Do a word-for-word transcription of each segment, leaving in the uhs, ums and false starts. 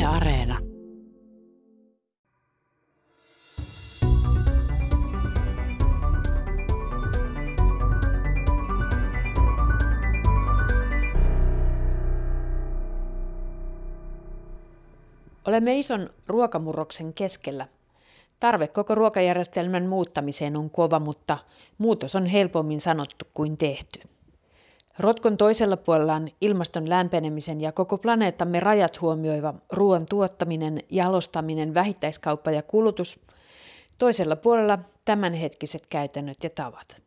Areena. Olemme ison ruokamurroksen keskellä. Tarve koko ruokajärjestelmän muuttamiseen on kova, mutta muutos on helpommin sanottu kuin tehty. Rotkon toisella puolella on ilmaston lämpenemisen ja koko planeettamme rajat huomioiva ruoan tuottaminen, jalostaminen, vähittäiskauppa ja kulutus. Toisella puolella tämänhetkiset käytännöt ja tavat.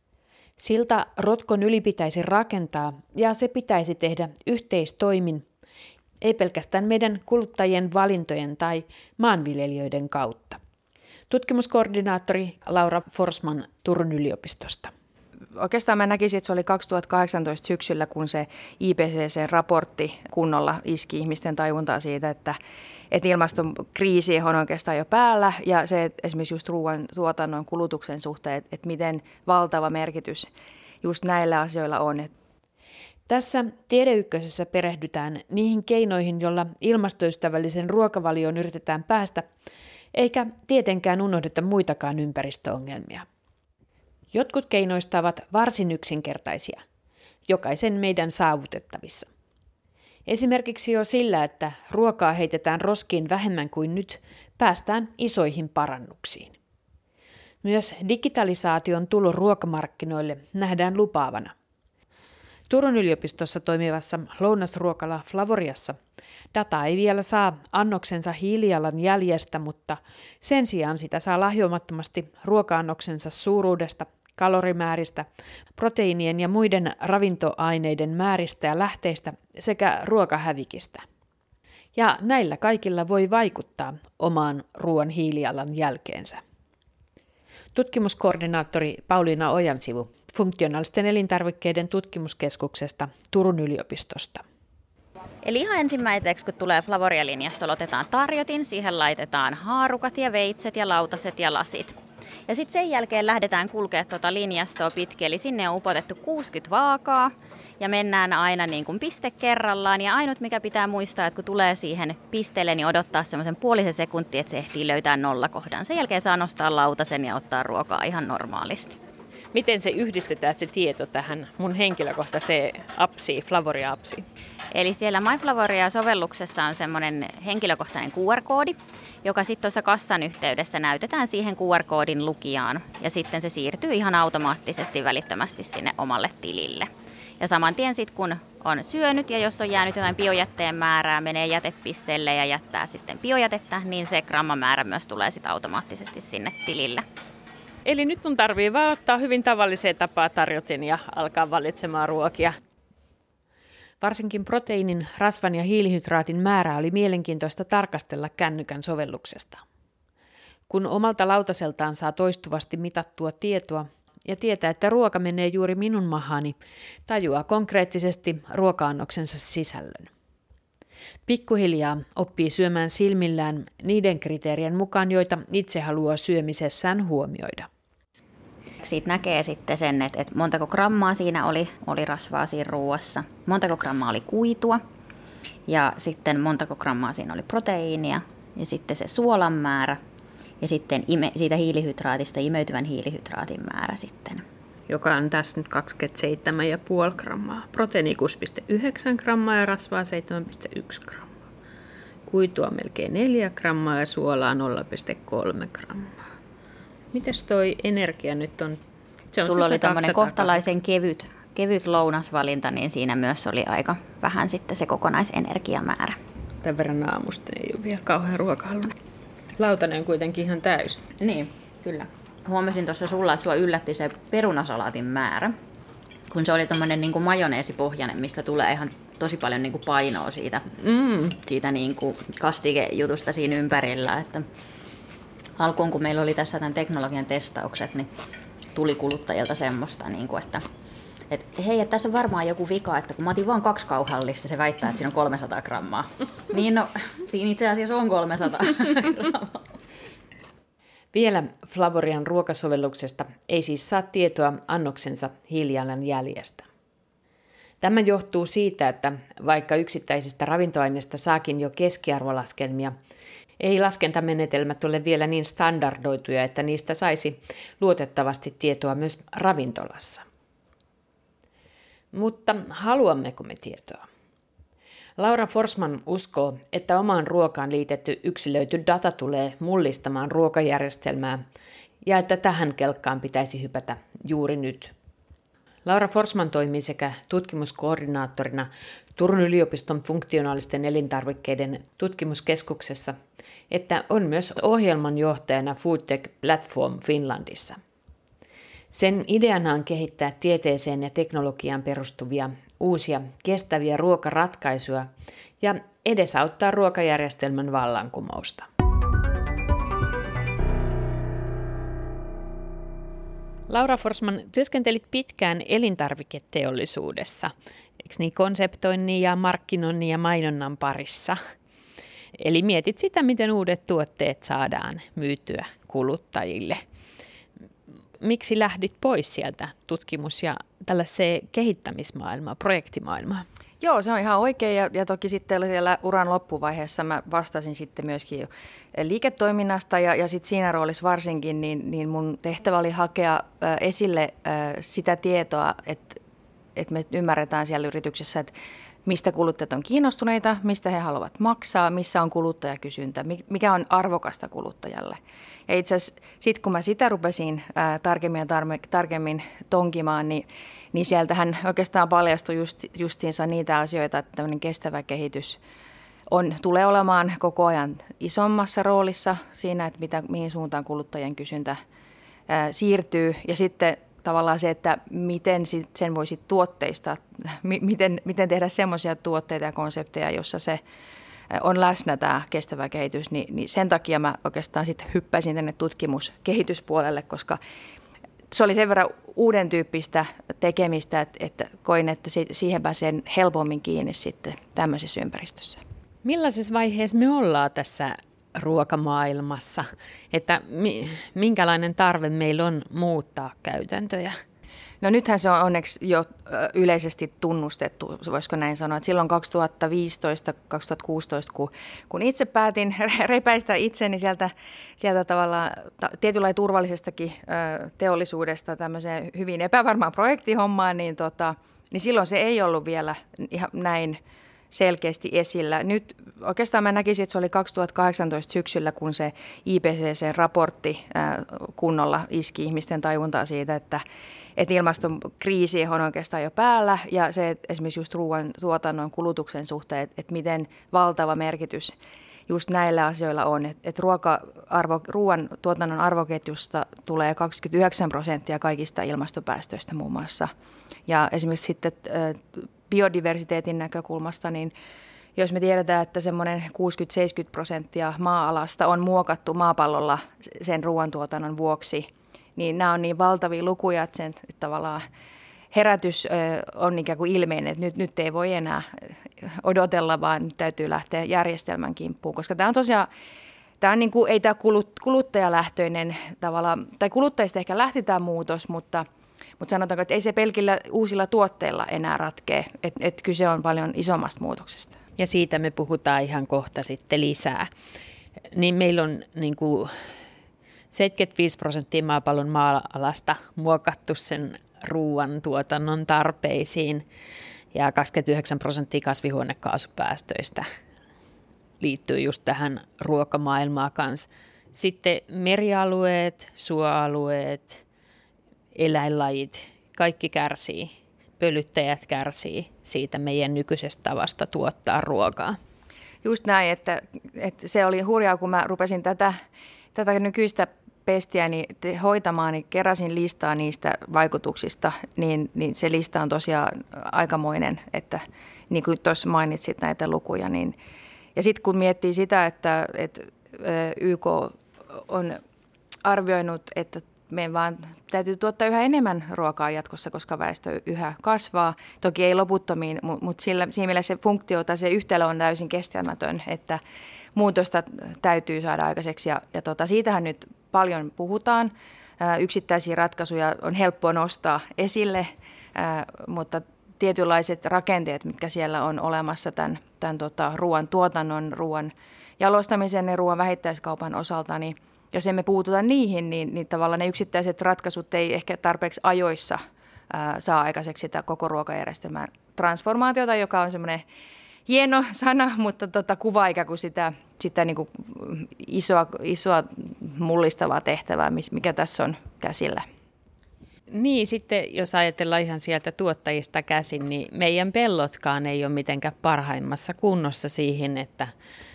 Silta rotkon yli pitäisi rakentaa ja se pitäisi tehdä yhteistoimin, ei pelkästään meidän kuluttajien valintojen tai maanviljelijöiden kautta. Tutkimuskoordinaattori Laura Forsman Turun yliopistosta. Oikeastaan mä näkisin, että se oli kaksituhattakahdeksantoista syksyllä, kun se I P C C-raportti kunnolla iski ihmisten tajuntaa siitä, että, että ilmastokriisi on oikeastaan jo päällä ja se, että esimerkiksi just ruoan tuotannon kulutuksen suhteen, että, että miten valtava merkitys just näillä asioilla on. Tässä Tiedeykkösessä perehdytään niihin keinoihin, joilla ilmastoystävällisen ruokavalion yritetään päästä, eikä tietenkään unohdeta muitakaan ympäristöongelmia. Jotkut keinoista ovat varsin yksinkertaisia, jokaisen meidän saavutettavissa. Esimerkiksi jo sillä, että ruokaa heitetään roskiin vähemmän kuin nyt, päästään isoihin parannuksiin. Myös digitalisaation tulo ruokamarkkinoille nähdään lupaavana. Turun yliopistossa toimivassa lounasruokala Flavoriassa dataa ei vielä saa annoksensa hiilijalanjäljestä, mutta sen sijaan sitä saa lahjomattomasti ruoka-annoksensa suuruudesta, kalorimääristä, proteiinien ja muiden ravintoaineiden määristä ja lähteistä sekä ruokahävikistä. Ja näillä kaikilla voi vaikuttaa omaan ruoan hiilijalanjälkeensä. Tutkimuskoordinaattori Pauliina Ojansivu funktionaalisten elintarvikkeiden tutkimuskeskuksesta Turun yliopistosta. Eli ihan ensimmäiseksi, kun tulee Flavoria-linjastolla, otetaan tarjotin, siihen laitetaan haarukat ja veitset ja lautaset ja lasit. Ja sitten sen jälkeen lähdetään kulkemaan tuota linjastoa pitkin, eli sinne on upotettu kuusikymmentä vaakaa ja mennään aina niin kuin piste kerrallaan. Ja ainut mikä pitää muistaa, että kun tulee siihen pisteelle, niin odottaa semmoisen puolisen sekuntia, että se ehtii löytää nollakohdan. Sen jälkeen saa nostaa lautasen ja ottaa ruokaa ihan normaalisti. Miten se yhdistetään se tieto tähän mun henkilökohtaiseen appsiin, Flavoria-appsiin? Eli siellä MyFlavoria-sovelluksessa on semmoinen henkilökohtainen Q R-koodi, joka sitten tuossa kassan yhteydessä näytetään siihen Q R-koodin lukijaan. Ja sitten se siirtyy ihan automaattisesti välittömästi sinne omalle tilille. Ja saman tien sitten kun on syönyt ja jos on jäänyt jotain biojätteen määrää, menee jätepisteelle ja jättää sitten biojätettä, niin se grammamäärä myös tulee sitten automaattisesti sinne tilille. Eli nyt mun tarvii vaan ottaa hyvin tavalliseen tapaan tarjotin ja alkaa valitsemaan ruokia. Varsinkin proteiinin, rasvan ja hiilihydraatin määrää oli mielenkiintoista tarkastella kännykän sovelluksesta. Kun omalta lautaseltaan saa toistuvasti mitattua tietoa ja tietää, että ruoka menee juuri minun mahaani, tajuaa konkreettisesti ruoka-annoksensa sisällön. Pikkuhiljaa oppii syömään silmillään niiden kriteerien mukaan, joita itse haluaa syömisessään huomioida. Siitä näkee sitten sen, että, että montako grammaa siinä oli, oli rasvaa siinä ruoassa, montako grammaa oli kuitua ja sitten montako grammaa siinä oli proteiinia ja sitten se suolan määrä ja sitten ime, siitä hiilihydraatista imeytyvän hiilihydraatin määrä sitten. Joka on tässä nyt kaksikymmentäseitsemän pilkku viisi grammaa. Proteiini kuusi pilkku yhdeksän grammaa ja rasvaa seitsemän pilkku yksi grammaa. Kuitua melkein neljä grammaa ja suolaa nolla pilkku kolme grammaa. Mites toi energia nyt on? Se on Sulla oli tämmöinen kohtalaisen kevyt, kevyt lounasvalinta, niin siinä myös oli aika vähän sitten se kokonaisenergiamäärä. Tämän verran aamusta ei ole vielä kauhean ruokahalun. Lautanen on kuitenkin ihan täys. Niin, kyllä. Huomasin tuossa sulla, että sua yllätti se perunasalaatin määrä, kun se oli tommonen niin kuin majoneesipohjainen, mistä tulee ihan tosi paljon niin kuin painoa siitä, mm. siitä niin kuin kastikejutusta siinä ympärillä. Että alkuun, kun meillä oli tässä tämän teknologian testaukset, niin tuli kuluttajilta semmoista, niin kuin, että et, hei, että tässä on varmaan joku vika, että kun mä otin vaan kaksi kauhallista, se väittää, että siinä on kolmesataa grammaa. Niin no, siinä itse asiassa on kolmesataa grammaa. Vielä Flavorian ruokasovelluksesta ei siis saa tietoa annoksensa hiilijalanjäljestä. Tämä johtuu siitä, että vaikka yksittäisistä ravintoaineista saakin jo keskiarvolaskelmia, ei laskentamenetelmät ole vielä niin standardoituja, että niistä saisi luotettavasti tietoa myös ravintolassa. Mutta haluammeko me tietoa? Laura Forsman uskoo, että omaan ruokaan liitetty yksilöity data tulee mullistamaan ruokajärjestelmää ja että tähän kelkkaan pitäisi hypätä juuri nyt. Laura Forsman toimii sekä tutkimuskoordinaattorina Turun yliopiston funktionaalisten elintarvikkeiden tutkimuskeskuksessa, että on myös ohjelmanjohtajana Foodtech Platform Finlandissa. Sen ideana on kehittää tieteeseen ja teknologiaan perustuvia uusia kestäviä ruokaratkaisuja ja edesauttaa ruokajärjestelmän vallankumousta. Laura Forsman, työskentelit pitkään elintarviketeollisuudessa, eikö niin, konseptoinnin ja markkinoinnin ja mainonnan parissa. Eli mietit sitä, miten uudet tuotteet saadaan myytyä kuluttajille. Miksi lähdit pois sieltä tutkimus- ja tällaiseen kehittämismaailmaan, projektimaailmaan? Joo, se on ihan oikein ja, ja toki sitten siellä uran loppuvaiheessa mä vastasin sitten myöskin jo liiketoiminnasta ja, ja sitten siinä roolissa varsinkin, niin, niin mun tehtävä oli hakea äh, esille äh, sitä tietoa, että, että me ymmärretään siellä yrityksessä, että mistä kuluttajat on kiinnostuneita, mistä he haluavat maksaa, missä on kuluttajakysyntä, mikä on arvokasta kuluttajalle. Ja itse asiassa sitten kun mä sitä rupesin ää, tarkemmin ja tarme, tarkemmin tonkimaan, niin, niin sieltähän oikeastaan paljastui just, justiinsa niitä asioita, että tämmöinen kestävä kehitys on, tulee olemaan koko ajan isommassa roolissa siinä, että mitä, mihin suuntaan kuluttajien kysyntä ää, siirtyy. Ja sitten tavallaan se, että miten sit sen voisi tuotteista, miten, miten tehdä semmoisia tuotteita ja konsepteja, jossa se on läsnä tämä kestävä kehitys, niin, niin sen takia mä oikeastaan sitten hyppäsin tänne tutkimuskehityspuolelle, koska se oli sen verran uuden tyyppistä tekemistä, että, että koin, että siihen pääsen helpommin kiinni sitten tämmöisessä ympäristössä. Millaisessa vaiheessa me ollaan tässä ruokamaailmassa, että minkälainen tarve meillä on muuttaa käytäntöjä? No nythän se on onneksi jo yleisesti tunnustettu, voisiko näin sanoa, että silloin kaksituhattaviisitoista kaksituhattakuusitoista, kun, kun itse päätin repäistä itseni sieltä, sieltä tavallaan tietynlailla turvallisestakin teollisuudesta tämmöiseen hyvin epävarmaan projektihommaan, niin, tota, niin silloin se ei ollut vielä ihan näin selkeästi esillä. Nyt oikeastaan mä näkisin, että se oli kaksituhattakahdeksantoista syksyllä, kun se I P C C-raportti kunnolla iski ihmisten tajuntaa siitä, että että ilmastokriisi on oikeastaan jo päällä ja se, että esimerkiksi just ruoan tuotannon kulutuksen suhteen, että, että miten valtava merkitys just näillä asioilla on. Että, että ruoka-arvo, ruoan tuotannon arvoketjusta tulee kaksikymmentäyhdeksän prosenttia kaikista ilmastopäästöistä muun muassa. Ja esimerkiksi sitten biodiversiteetin näkökulmasta, niin jos me tiedetään, että semmoinen kuusikymmentä seitsemänkymmentä prosenttia maa-alasta on muokattu maapallolla sen ruoantuotannon vuoksi, niin nämä on niin valtavia lukuja, että sen tavallaan herätys on ikään kuin ilmeinen, että nyt, nyt ei voi enää odotella, vaan nyt täytyy lähteä järjestelmän kimppuun, koska tämä on tosiaan, tämä on niin kuin, ei tämä kuluttajalähtöinen tavallaan, tai kuluttajista ehkä lähti tämä muutos, mutta, mutta sanotaanko, että ei se pelkillä uusilla tuotteilla enää ratkee, että, että kyse on paljon isommasta muutoksesta. Ja siitä me puhutaan ihan kohta sitten lisää. Niin meillä on niin kuin seitsemänkymmentäviisi prosenttia maapallon maa-alasta muokattu sen ruoan tuotannon tarpeisiin ja kaksikymmentäyhdeksän prosenttia kasvihuonekaasupäästöistä liittyy just tähän ruokamaailmaan kanssa. Sitten merialueet, suoalueet, eläinlajit, kaikki kärsii, pölyttäjät kärsii siitä meidän nykyisestä tavasta tuottaa ruokaa. Just näin, että, että se oli hurjaa, kun mä rupesin tätä Tätä nykyistä pestiäni hoitamaan, niin keräsin listaa niistä vaikutuksista, niin, niin se lista on tosiaan aikamoinen, että niin kuin tuossa mainitsit näitä lukuja. Niin, ja sitten kun miettii sitä, että, että Y K on arvioinut, että meidän vaan täytyy tuottaa yhä enemmän ruokaa jatkossa, koska väestö yhä kasvaa. Toki ei loputtomiin, mutta sillä, siinä mielessä se funktio tai se yhtälö on täysin kestämätön, että muutosta täytyy saada aikaiseksi ja, ja tota, siitähän nyt paljon puhutaan. Ää, yksittäisiä ratkaisuja on helppo nostaa esille, ää, mutta tietynlaiset rakenteet, mitkä siellä on olemassa tämän, tämän tota, ruoan tuotannon, ruoan jalostamisen ja ruoan vähittäiskaupan osalta, niin jos emme puututa niihin, niin, niin tavallaan ne yksittäiset ratkaisut ei ehkä tarpeeksi ajoissa ää, saa aikaiseksi sitä koko ruokajärjestelmän transformaatiota, joka on semmoinen hieno sana, mutta tota, kuvaa ikään kuin sitä, sitä niin kuin isoa, isoa mullistavaa tehtävää, mikä tässä on käsillä. Niin, sitten jos ajatellaan ihan sieltä tuottajista käsin, niin meidän pellotkaan ei ole mitenkään parhaimmassa kunnossa siihen, että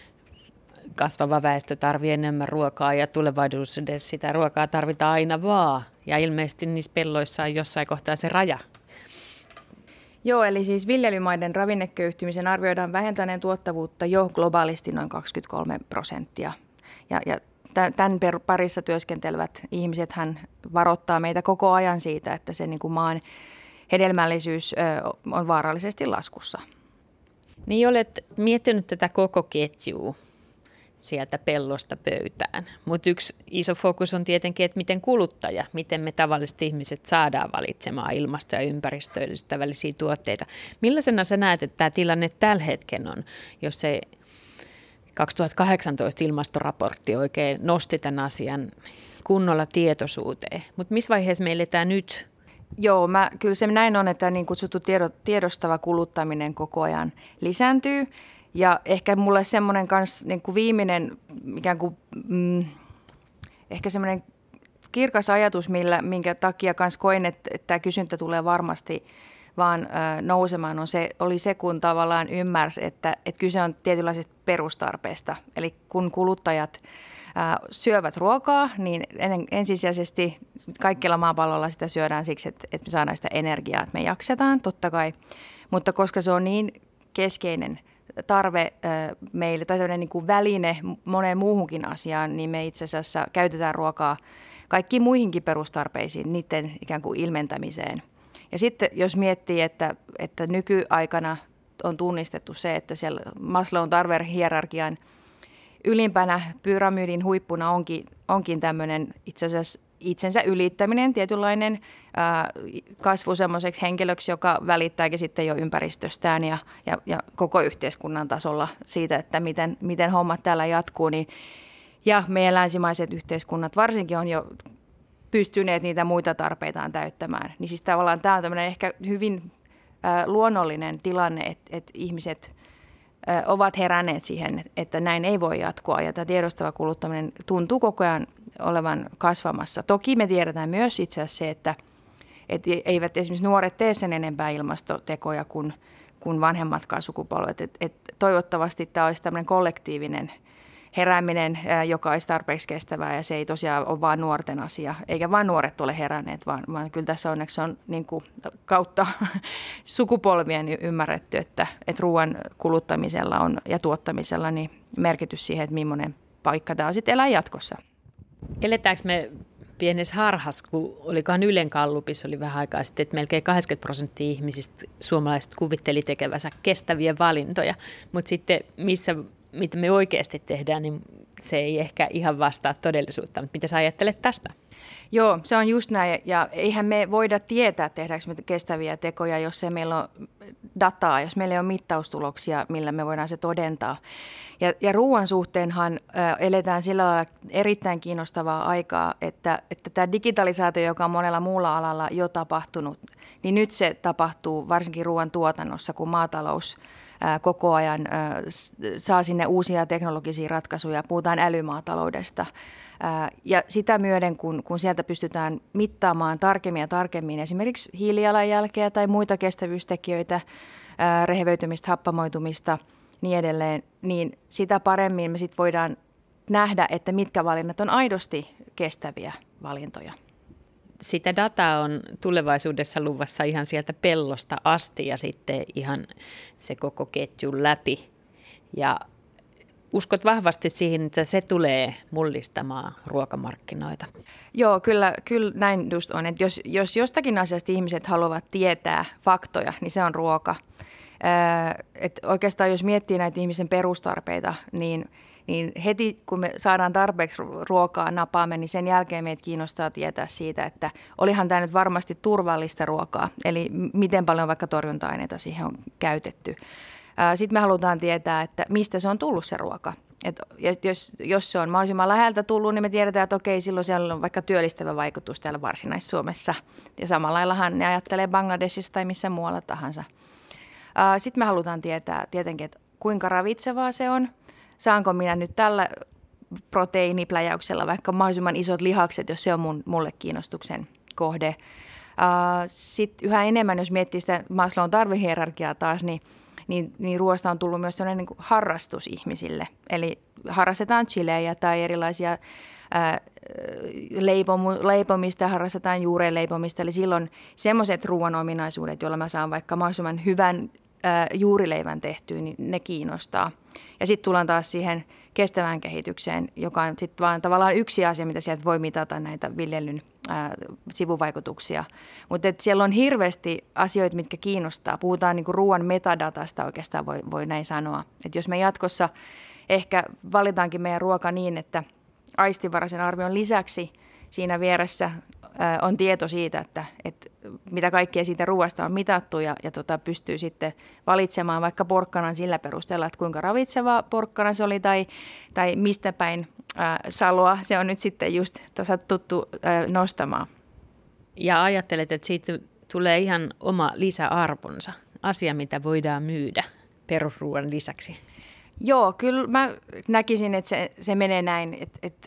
kasvava väestö tarvitsee enemmän ruokaa ja tulevaisuudessa sitä ruokaa tarvitaan aina vaan. Ja ilmeisesti niissä pelloissa on jossain kohtaa se raja. Joo, eli siis viljelymaiden ravinneköyhtymisen arvioidaan vähentäneen tuottavuutta jo globaalisti noin kaksikymmentäkolme prosenttia. Ja, ja tämän parissa työskentelevät ihmisethän varoittaa meitä koko ajan siitä, että se niin kuin maan hedelmällisyys on vaarallisesti laskussa. Niin olet miettinyt tätä koko ketjua sieltä pellosta pöytään, mutta yksi iso fokus on tietenkin, että miten kuluttaja, miten me tavalliset ihmiset saadaan valitsemaan ilmasto- ja ympäristöystävällisiä tuotteita. Millaisena sä näet, että tämä tilanne tällä hetken on, jos se kaksituhattakahdeksantoista ilmastoraportti oikein nosti tämän asian kunnolla tietoisuuteen, mutta missä vaiheessa me eletään nyt? Joo, mä, kyllä se näin on, että niin kutsuttu tiedostava kuluttaminen koko ajan lisääntyy. Ja ehkä mulle semmoinen kans niin kuin viimeinen, ikään kuin, mm, ehkä semmoinen kirkas ajatus, millä, minkä takia kans koen, että, että tämä kysyntä tulee varmasti vaan ö, nousemaan, on se, oli se, kun tavallaan ymmärsi, että, että kyse on tietynlaisesta perustarpeesta. Eli kun kuluttajat ö, syövät ruokaa, niin en, ensisijaisesti kaikkialla maapallolla sitä syödään siksi, että, että me saadaan sitä energiaa, että me jaksetaan, totta kai. Mutta koska se on niin keskeinen tarve meille tai tämmöinen niin kuin väline moneen muuhunkin asiaan, niin me itse asiassa käytetään ruokaa kaikkiin muihinkin perustarpeisiin, niiden ikään kuin ilmentämiseen. Ja sitten jos miettii, että, että nykyaikana on tunnistettu se, että siellä Maslown tarvehierarkian ylimpänä pyramidin huippuna onkin, onkin tämmöinen itse asiassa itsensä ylittäminen, tietynlainen ää, kasvu semmoiseksi henkilöksi, joka välittääkin sitten jo ympäristöstään ja, ja, ja koko yhteiskunnan tasolla siitä, että miten, miten hommat täällä jatkuu. Niin, ja meidän länsimaiset yhteiskunnat varsinkin on jo pystyneet niitä muita tarpeitaan täyttämään. Niin siis tavallaan tämä on tämmöinen ehkä hyvin ää, luonnollinen tilanne, että, että ihmiset ää, ovat heränneet siihen, että näin ei voi jatkua ja tämä tiedostava kuluttaminen tuntuu koko ajan olevan kasvamassa. Toki me tiedetään myös itse asiassa se, että, että eivät esimerkiksi nuoret tee sen enempää ilmastotekoja kuin, kuin vanhemmatkaan sukupolvet. Et, et toivottavasti tämä olisi tämmöinen kollektiivinen herääminen, joka olisi tarpeeksi kestävää ja se ei tosiaan ole vain nuorten asia, eikä vain nuoret ole heränneet, vaan, vaan kyllä tässä onneksi on niin kuin kautta sukupolvien ymmärretty, että, että ruoan kuluttamisella on, ja tuottamisella niin merkitys siihen, että millainen paikka tämä on sitten elää jatkossa. Eletäänkö me pienessä harhassa, kun olikohan Ylen gallupissa oli vähän aikaa sitten, että melkein kahdeksankymmentä prosenttia ihmisistä suomalaiset kuvitteli tekevänsä kestäviä valintoja, mutta sitten missä, mitä me oikeasti tehdään, niin se ei ehkä ihan vastaa todellisuutta. Mutta mitä sä ajattelet tästä? Joo, se on just näin ja eihän me voida tietää, tehdäänkö me kestäviä tekoja, jos ei meillä ole dataa, jos meillä ei ole mittaustuloksia, millä me voidaan se todentaa. Ja, ja ruoan suhteenhan ä, eletään sillä lailla erittäin kiinnostavaa aikaa, että, että tämä digitalisaatio, joka on monella muulla alalla jo tapahtunut, niin nyt se tapahtuu varsinkin ruoan tuotannossa, kun maatalous ä, koko ajan ä, saa sinne uusia teknologisia ratkaisuja, puhutaan älymaataloudesta. Ä, ja sitä myöden, kun, kun sieltä pystytään mittaamaan tarkemmin ja tarkemmin esimerkiksi hiilijalanjälkeä tai muita kestävyystekijöitä, ä, rehevöitymistä, happamoitumista, niin edelleen, niin sitä paremmin me sit voidaan nähdä, että mitkä valinnat on aidosti kestäviä valintoja. Sitä dataa on tulevaisuudessa luvassa ihan sieltä pellosta asti ja sitten ihan se koko ketjun läpi. Ja uskot vahvasti siihen, että se tulee mullistamaan ruokamarkkinoita? Joo, kyllä, kyllä näin just on. Että jos, jos jostakin asiasta ihmiset haluavat tietää faktoja, niin se on ruoka. Että oikeastaan jos miettii näitä ihmisen perustarpeita, niin, niin heti kun me saadaan tarpeeksi ruokaa napaamme, niin sen jälkeen meitä kiinnostaa tietää siitä, että olihan tämä nyt varmasti turvallista ruokaa, eli miten paljon vaikka torjunta-aineita siihen on käytetty. Sitten me halutaan tietää, että mistä se on tullut se ruoka. Et jos, jos se on mahdollisimman läheltä tullut, niin me tiedetään, että okei, silloin siellä on vaikka työllistävä vaikutus täällä Varsinais-Suomessa. Ja samalla laillahan ne ajattelee Bangladesissa tai missä muualla tahansa. Sitten me halutaan tietää tietenkin, että kuinka ravitsevaa se on. Saanko minä nyt tällä proteiinipläjäyksellä vaikka mahdollisimman isot lihakset, jos se on mun, mulle kiinnostuksen kohde. Sitten yhä enemmän, jos miettii sitä Maslown tarvehierarkiaa taas, niin Niin, niin ruoasta on tullut myös sellainen niin kuin harrastus ihmisille. Eli harrastetaan chilejä tai erilaisia ää, leipomu, leipomista, harrastetaan juureen leipomista. Eli silloin semmoiset ruoan ominaisuudet, joilla mä saan vaikka mahdollisimman hyvän ää, juurileivän tehtyä, niin ne kiinnostaa. Ja sitten tullaan taas siihen kestävään kehitykseen, joka on sitten vaan tavallaan yksi asia, mitä sieltä voi mitata näitä viljelyn ää, sivuvaikutuksia. Mutta siellä on hirveästi asioita, mitkä kiinnostaa. Puhutaan niinku ruoan metadatasta oikeastaan, voi, voi näin sanoa. Et jos me jatkossa ehkä valitaankin meidän ruoka niin, että aistivaraisen arvion lisäksi siinä vieressä ää, on tieto siitä, että, että mitä kaikkea siitä ruoasta on mitattu ja, ja tota, pystyy sitten valitsemaan vaikka porkkanan sillä perusteella, että kuinka ravitseva porkkana se oli tai, tai mistä päin ää, saloa se on nyt sitten just tuttu ää, nostamaan. Ja ajattelet, että siitä tulee ihan oma lisäarvonsa, asia mitä voidaan myydä perusruoan lisäksi. Joo, kyllä mä näkisin, että se, se menee näin, että, että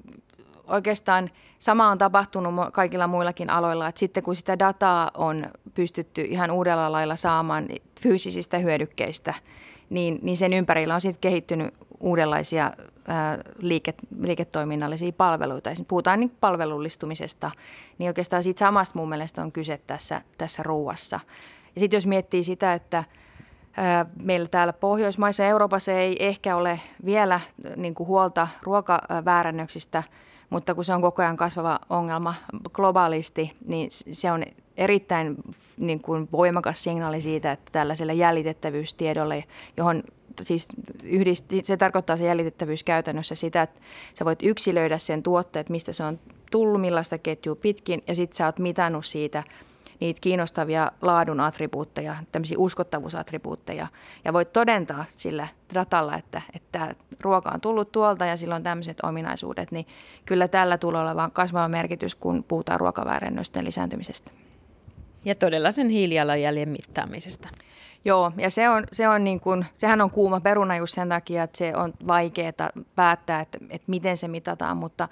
oikeastaan sama on tapahtunut kaikilla muillakin aloilla, että sitten kun sitä dataa on pystytty ihan uudella lailla saamaan fyysisistä hyödykkeistä, niin, niin sen ympärillä on sitten kehittynyt uudenlaisia ää, liike, liiketoiminnallisia palveluita. Esimerkiksi puhutaan niin palvelullistumisesta, niin oikeastaan siitä samasta mun mielestä on kyse tässä, tässä ruuassa. Ja sitten jos miettii sitä, että ää, meillä täällä Pohjoismaissa ja Euroopassa ei ehkä ole vielä niin kuin huolta ruokaväärännöksistä, mutta kun se on koko ajan kasvava ongelma globaalisti, niin se on erittäin niin kuin voimakas signaali siitä, että tällaiselle jäljitettävyystiedolle, johon siis yhdist- se tarkoittaa se jäljitettävyys käytännössä sitä, että sä voit yksilöidä sen tuotteet, mistä se on tullut, millaista ketjua pitkin, ja sitten sä oot mitannut siitä niitä kiinnostavia laadun attribuutteja, tämmöisiä uskottavuusattribuutteja, ja voit todentaa sillä datalla, että, että ruoka on tullut tuolta ja sillä on tämmöiset ominaisuudet, niin kyllä tällä tulee olemaan kasvava merkitys, kun puhutaan ruokaväärennösten lisääntymisestä. Ja todella sen hiilijalanjäljen mittaamisesta. Joo, ja se on, se on niin kuin, sehän on kuuma peruna just sen takia, että se on vaikeaa päättää, että, että miten se mitataan, mutta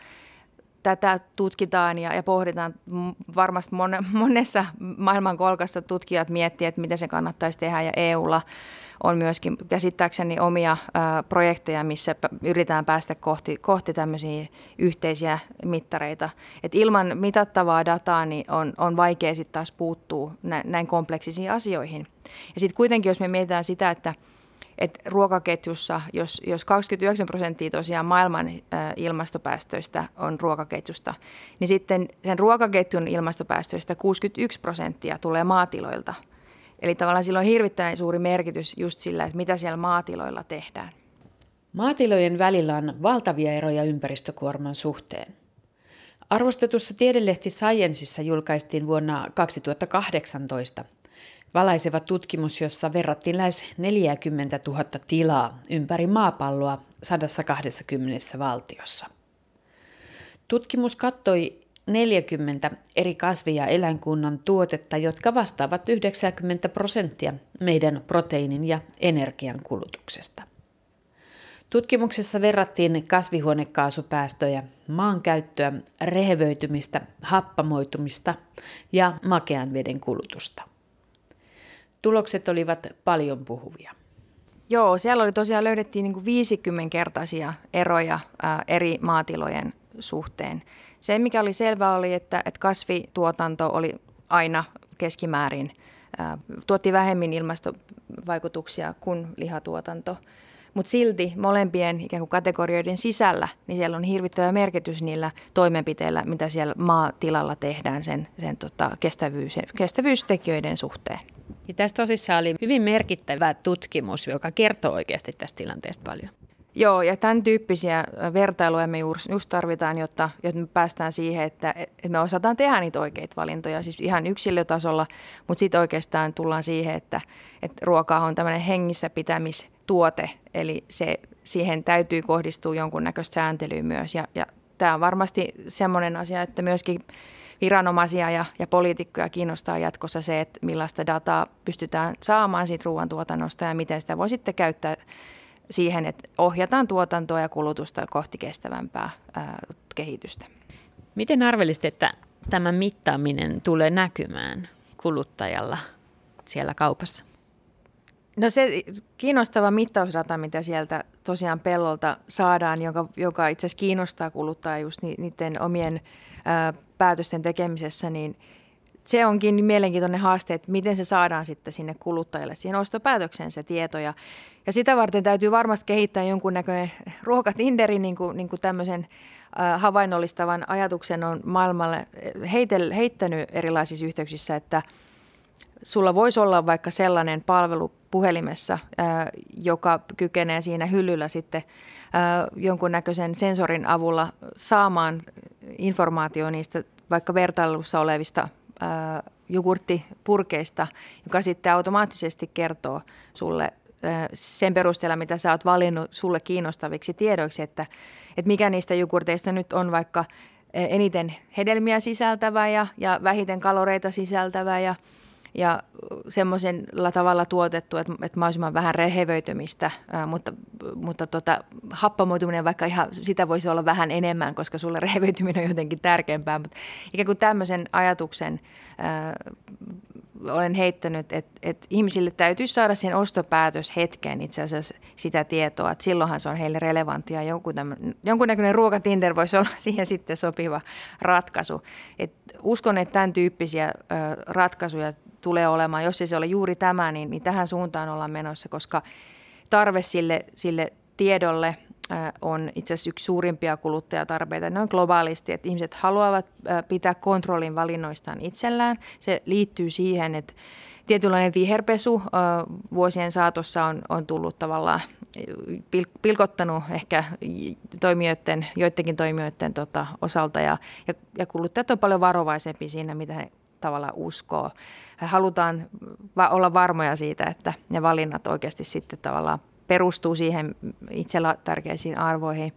tätä tutkitaan ja, ja pohditaan varmasti monessa maailmankolkassa tutkijat miettivät, että miten se kannattaisi tehdä, ja E U:lla on myöskin käsittääkseni omia ää, projekteja, missä yritetään päästä kohti, kohti tämmöisiä yhteisiä mittareita. Et ilman mitattavaa dataa niin on, on vaikea sitten taas puuttua nä, näin kompleksisiin asioihin. Ja sitten kuitenkin, jos me mietitään sitä, että et ruokaketjussa, jos, jos kaksikymmentäyhdeksän prosenttia tosiaan maailman ä, ilmastopäästöistä on ruokaketjusta, niin sitten sen ruokaketjun ilmastopäästöistä kuusikymmentäyksi prosenttia tulee maatiloilta. Eli tavallaan sillä on hirvittävän suuri merkitys just sillä, että mitä siellä maatiloilla tehdään. Maatilojen välillä on valtavia eroja ympäristökuorman suhteen. Arvostetussa tiedelehti Sciencessa julkaistiin vuonna kaksituhattakahdeksantoista valaiseva tutkimus, jossa verrattiin lähes neljäkymmentätuhatta tilaa ympäri maapalloa sata kaksikymmentä valtiossa. Tutkimus kattoi neljäkymmentä eri kasvi- ja eläinkunnan tuotetta, jotka vastaavat yhdeksänkymmentä prosenttia meidän proteiinin ja energian kulutuksesta. Tutkimuksessa verrattiin kasvihuonekaasupäästöjä, maankäyttöä, rehevöitymistä, happamoitumista ja makean veden kulutusta. Tulokset olivat paljon puhuvia. Joo, siellä oli tosiaan löydettiin niin kuin viisikymmenkertaisia eroja ää, eri maatilojen suhteen. Se, mikä oli selvää, oli, että, että kasvituotanto oli aina keskimäärin, ää, tuotti vähemmän ilmastovaikutuksia kuin lihatuotanto. Mutta silti molempien ikään kuin kategorioiden sisällä, niin siellä on hirvittävä merkitys niillä toimenpiteillä, mitä siellä maatilalla tehdään sen, sen tota, kestävyys, kestävyystekijöiden suhteen. Ja tässä tosissaan oli hyvin merkittävä tutkimus, joka kertoo oikeasti tästä tilanteesta paljon. Joo, ja tämän tyyppisiä vertailuja me just tarvitaan, jotta, jotta me päästään siihen, että, että me osataan tehdä niitä oikeita valintoja, siis ihan yksilötasolla, mutta sitten oikeastaan tullaan siihen, että, että ruoka on tämmöinen hengissä pitämistuote, eli se, siihen täytyy kohdistua jonkunnäköistä sääntelyä myös, ja, ja tämä on varmasti semmoinen asia, että myöskin viranomaisia ja, ja poliitikkoja kiinnostaa jatkossa se, että millaista dataa pystytään saamaan siitä ruoantuotannosta ja miten sitä voi sitten käyttää siihen, että ohjataan tuotantoa ja kulutusta kohti kestävämpää ää, kehitystä. Miten arvelisit, että tämä mittaaminen tulee näkymään kuluttajalla siellä kaupassa? No se kiinnostava mittausdata, mitä sieltä tosiaan pellolta saadaan, joka, joka itse asiassa kiinnostaa kuluttajaa just niiden omien ää, päätösten tekemisessä, niin se onkin mielenkiintoinen haaste, että miten se saadaan sitten sinne kuluttajalle, siihen ostopäätökseen se tieto. Ja, ja sitä varten täytyy varmasti kehittää jonkunnäköinen ruokatinderi, niin kuin, niin kuin tämmöisen äh, havainnollistavan ajatuksen on maailmalle heitel, heittänyt erilaisissa yhteyksissä, että sulla voisi olla vaikka sellainen palvelu puhelimessa, äh, joka kykenee siinä hyllyllä sitten äh, jonkunnäköisen sensorin avulla saamaan informaatiota niistä vaikka vertailussa olevista jogurttipurkeista, joka sitten automaattisesti kertoo sulle sen perusteella, mitä sä oot valinnut sulle kiinnostaviksi tiedoiksi, että, että mikä niistä jogurteista nyt on vaikka eniten hedelmiä sisältävä ja, ja vähiten kaloreita sisältävä ja, ja semmoisella tavalla tuotettu, että, että mahdollisimman vähän rehevöitymistä, mutta, mutta tota, happamoituminen vaikka ihan sitä voisi olla vähän enemmän, koska sulle rehevöityminen on jotenkin tärkeämpää. Mutta ikään kuin tämmöisen ajatuksen ää, olen heittänyt, että, että ihmisille täytyisi saada sen ostopäätöshetkeen itse asiassa sitä tietoa, että silloinhan se on heille relevanttia. Jonkun jonkunnäköinen ruokatinder voisi olla siihen sitten sopiva ratkaisu. Et uskon, että tämän tyyppisiä ää, ratkaisuja tulee olemaan, jos ei se ole juuri tämä, niin, niin tähän suuntaan ollaan menossa, koska tarve sille, sille tiedolle äh, on itse asiassa yksi suurimpia kuluttajatarpeita noin globaalisti, että ihmiset haluavat äh, pitää kontrollin valinnoistaan itsellään. Se liittyy siihen, että tietynlainen viherpesu äh, vuosien saatossa on, on tullut tavallaan pil, pilkottanut ehkä toimijoiden, joidenkin toimijoiden tota, osalta ja, ja, ja kuluttajat on paljon varovaisempia siinä, mitä he tavallaan uskoo. Halutaan va- olla varmoja siitä, että ne valinnat oikeasti sitten tavallaan perustuu siihen itsellä tärkeisiin arvoihin.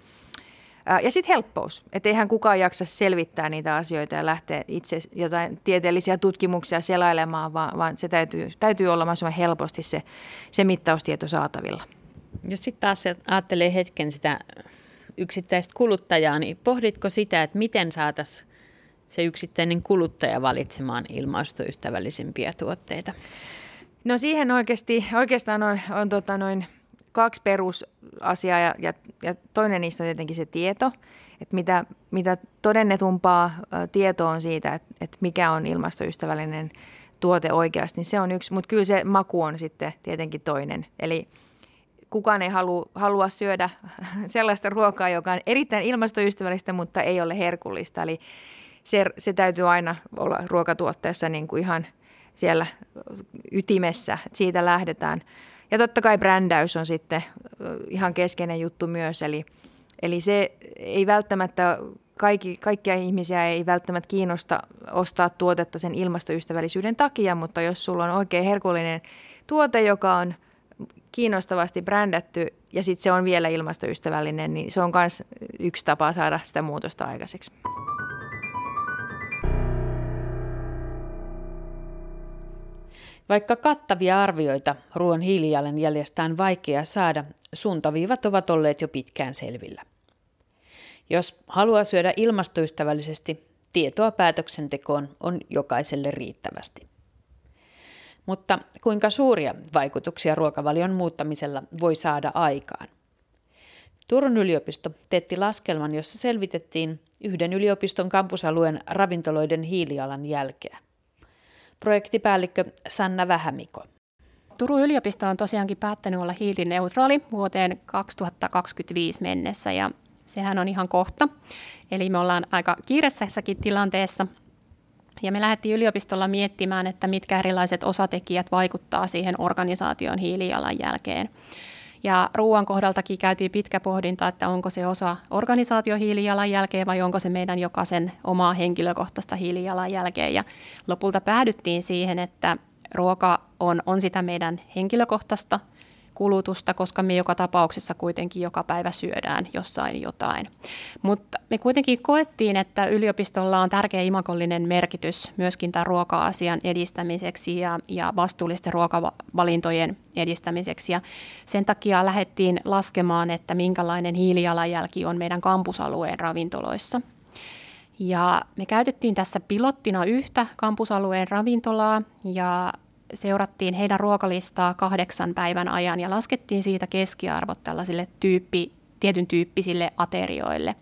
Ja sitten helppous, että eihän kukaan jaksa selvittää niitä asioita ja lähteä itse jotain tieteellisiä tutkimuksia selailemaan, vaan, vaan se täytyy, täytyy olla mahdollisimman helposti se, se mittaustieto saatavilla. Jos sitten taas ajattelee hetken sitä yksittäistä kuluttajaa, niin pohditko sitä, että miten saataisiin se yksittäinen kuluttaja valitsemaan ilmastoystävällisempiä tuotteita? No siihen oikeasti, oikeastaan on, on tota noin kaksi perusasiaa ja, ja, ja toinen niistä on tietenkin se tieto, että mitä, mitä todennetumpaa ä, tietoa on siitä, että, että mikä on ilmastoystävällinen tuote oikeasti, niin se on yksi, mutta kyllä se maku on sitten tietenkin toinen. Eli kukaan ei halua, halua syödä sellaista ruokaa, joka on erittäin ilmastoystävällistä, mutta ei ole herkullista, eli Se, se täytyy aina olla ruokatuotteessa niin kuin ihan siellä ytimessä, että siitä lähdetään. Ja totta kai brändäys on sitten ihan keskeinen juttu myös, eli, eli se ei välttämättä, kaikki, kaikkia ihmisiä ei välttämättä kiinnosta ostaa tuotetta sen ilmastoystävällisyyden takia, mutta jos sulla on oikein herkullinen tuote, joka on kiinnostavasti brändätty ja sitten se on vielä ilmastoystävällinen, niin se on myös yksi tapa saada sitä muutosta aikaiseksi. Vaikka kattavia arvioita ruoan hiilijalanjäljestä on vaikea saada, suuntaviivat ovat olleet jo pitkään selvillä. Jos haluaa syödä ilmastoystävällisesti, tietoa päätöksentekoon on jokaiselle riittävästi. Mutta kuinka suuria vaikutuksia ruokavalion muuttamisella voi saada aikaan? Turun yliopisto teetti laskelman, jossa selvitettiin yhden yliopiston kampusalueen ravintoloiden hiilijalanjälkeä. Projektipäällikkö Sanna Vähämiko. Turun yliopisto on tosiaankin päättänyt olla hiilineutraali vuoteen kaksituhattakaksikymmentäviisi mennessä ja sehän on ihan kohta. Eli me ollaan aika kiireisessäkin tilanteessa. Ja me lähdettiin yliopistolla miettimään, että mitkä erilaiset osatekijät vaikuttaa siihen organisaation hiilijalanjälkeen. Ja ruoan kohdaltakin käytiin pitkä pohdinta, että onko se osa organisaation hiilijalanjälkeä vai onko se meidän jokaisen omaa henkilökohtaista hiilijalanjälkeä. Ja lopulta päädyttiin siihen, että ruoka on, on sitä meidän henkilökohtaista kulutusta, koska me joka tapauksessa kuitenkin joka päivä syödään jossain jotain. Mutta me kuitenkin koettiin, että yliopistolla on tärkeä imagollinen merkitys myöskin tämän ruoka-asian edistämiseksi ja, ja vastuullisten ruokavalintojen edistämiseksi. Ja sen takia lähdettiin laskemaan, että minkälainen hiilijalanjälki on meidän kampusalueen ravintoloissa. Ja me käytettiin tässä pilottina yhtä kampusalueen ravintolaa ja seurattiin heidän ruokalistaa kahdeksan päivän ajan ja laskettiin siitä keskiarvot tällaisille tyyppi, tietyn tyyppisille aterioille.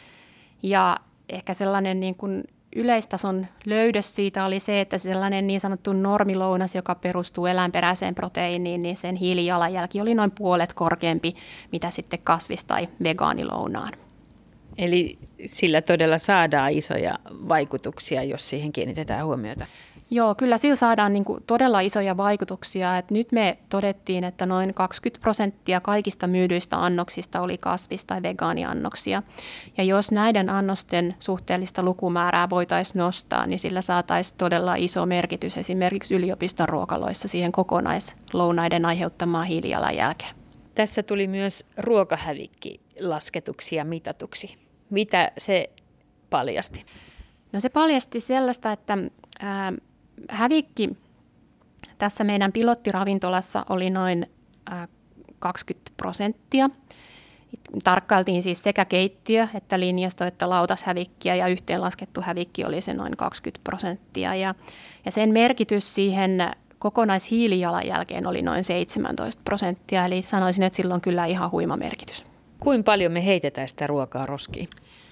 Ja ehkä sellainen niin kuin yleistason löydös siitä oli se, että sellainen niin sanottu normilounas, joka perustuu eläinperäiseen proteiiniin, niin sen hiilijalanjälki oli noin puolet korkeampi, mitä sitten kasvis- tai vegaanilounaan. Eli sillä todella saadaan isoja vaikutuksia, jos siihen kiinnitetään huomiota. Joo, kyllä sillä saadaan niin kuin todella isoja vaikutuksia. Et nyt me todettiin, että noin kaksikymmentä prosenttia kaikista myydyistä annoksista oli kasvis- tai vegaaniannoksia. Ja jos näiden annosten suhteellista lukumäärää voitaisiin nostaa, niin sillä saataisiin todella iso merkitys esimerkiksi yliopiston ruokaloissa siihen kokonaislounaiden aiheuttamaan hiilijalanjälkeen. Tässä tuli myös ruokahävikki lasketuksi ja mitatuksi. Mitä se paljasti? No se paljasti sellaista, että ää, hävikki tässä meidän pilottiravintolassa oli noin ää, kaksikymmentä prosenttia. Tarkkailtiin siis sekä keittiö että linjasto että lautashävikkiä ja yhteenlaskettu hävikki oli se noin kaksikymmentä prosenttia. Ja, ja sen merkitys siihen kokonaishiilijalanjälkeen oli noin seitsemäntoista prosenttia, eli sanoisin, että sillä on kyllä ihan huima merkitys. Kuinka paljon me heitetään sitä ruokaa roskiin?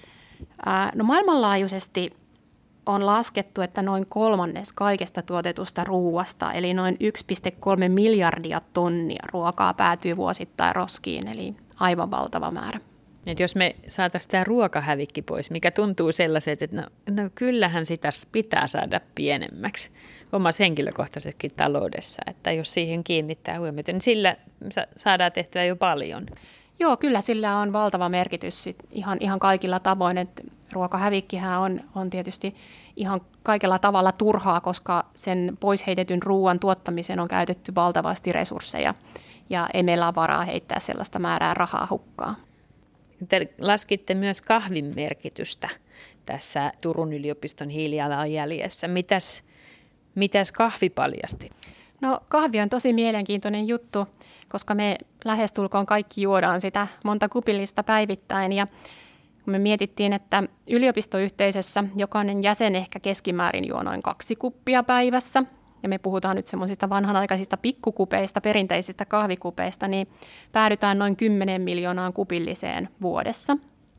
Ää, no maailmanlaajuisesti on laskettu, että noin kolmannes kaikesta tuotetusta ruuasta, eli noin yksi pilkku kolme miljardia tonnia ruokaa päätyy vuosittain roskiin, eli aivan valtava määrä. Et jos me saataisiin tämä ruokahävikki pois, mikä tuntuu sellaiset, että no, no kyllähän sitä pitää saada pienemmäksi omassa henkilökohtaisessakin taloudessa, että jos siihen kiinnittää huomiota, niin sillä saadaan tehtyä jo paljon. Joo, kyllä sillä on valtava merkitys sit ihan, ihan kaikilla tavoin, että ruokahävikkihän on, on tietysti ihan kaikella tavalla turhaa, koska sen pois heitetyn ruoan tuottamiseen on käytetty valtavasti resursseja ja ei meillä ole varaa heittää sellaista määrää rahaa hukkaan. Te laskitte myös kahvin merkitystä tässä Turun yliopiston hiilijalanjäljessä. Mitäs, mitäs kahvi paljasti? No kahvi on tosi mielenkiintoinen juttu, koska me lähestulkoon kaikki juodaan sitä monta kupillista päivittäin ja me mietittiin, että yliopistoyhteisössä jokainen jäsen ehkä keskimäärin juo noin kaksi kuppia päivässä. Ja me puhutaan nyt semmoisista vanhanaikaisista pikkukupeista, perinteisistä kahvikupeista, niin päädytään noin kymmenen miljoonaan kupilliseen vuodessa.